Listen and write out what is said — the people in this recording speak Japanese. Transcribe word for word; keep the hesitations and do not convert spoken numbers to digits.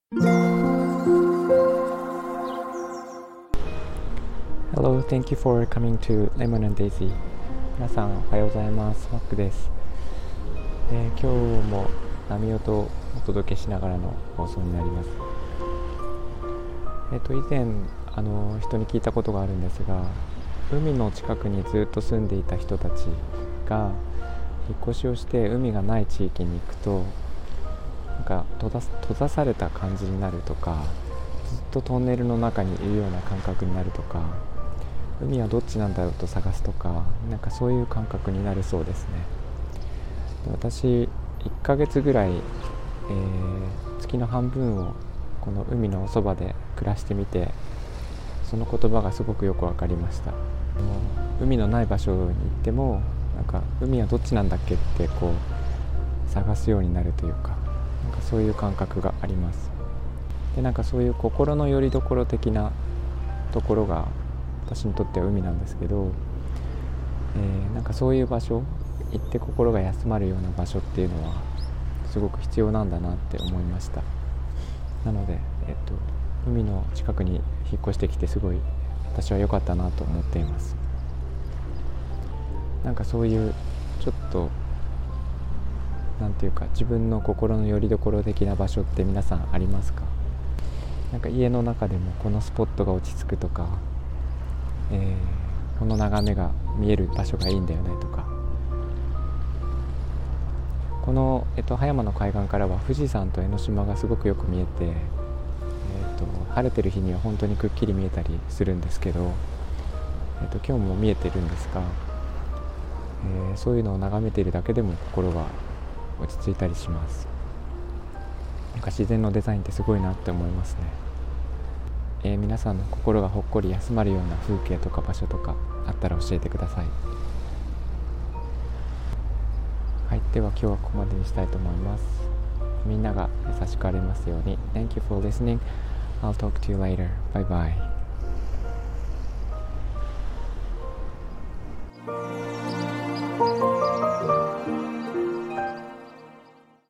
Hello, thank you for coming to Lemon and Daisy. 皆さんおはようございます。マックです。えー、今日も波音をお届けしながらの放送になります。えっ、ー、と以前あの人に聞いたことがあるんですが、海の近くにずっと住んでいた人たちが引っ越しをして海がない地域に行くとなんか閉ざ、閉ざされた感じになるとか、ずっとトンネルの中にいるような感覚になるとか、海はどっちなんだろうと探すとか、なんかそういう感覚になるそうですね。で私いっかげつぐらい、えー、月の半分をこの海のそばで暮らしてみて、その言葉がすごくよく分かりました。海のない場所に行ってもなんか海はどっちなんだっけってこう探すようになるというか、なんかそういう感覚があります。でなんかそういう心の拠り所的なところが私にとっては海なんですけど、えー、なんかそういう場所行って心が休まるような場所っていうのはすごく必要なんだなって思いました。なので、えっと、海の近くに引っ越してきてすごい私は良かったなと思っています。なんかそういうちょっとなんていうか自分の心の拠り所的な場所って皆さんありますか？なんか家の中でもこのスポットが落ち着くとか、えー、この眺めが見える場所がいいんだよねとか、この、えっと、葉山の海岸からは富士山と江ノ島がすごくよく見えて、えっと、晴れてる日には本当にくっきり見えたりするんですけど、えっと、今日も見えてるんですが、えー、そういうのを眺めているだけでも心が落ち着いたりします。なんか自然のデザインってすごいなって思いますね。えー、皆さんの心がほっこり休まるような風景とか場所とかあったら教えてください。はい、では今日はここまでにしたいと思います。みんなが優しくありますように。 Thank you for listening. I'll talk to you later. Bye bye.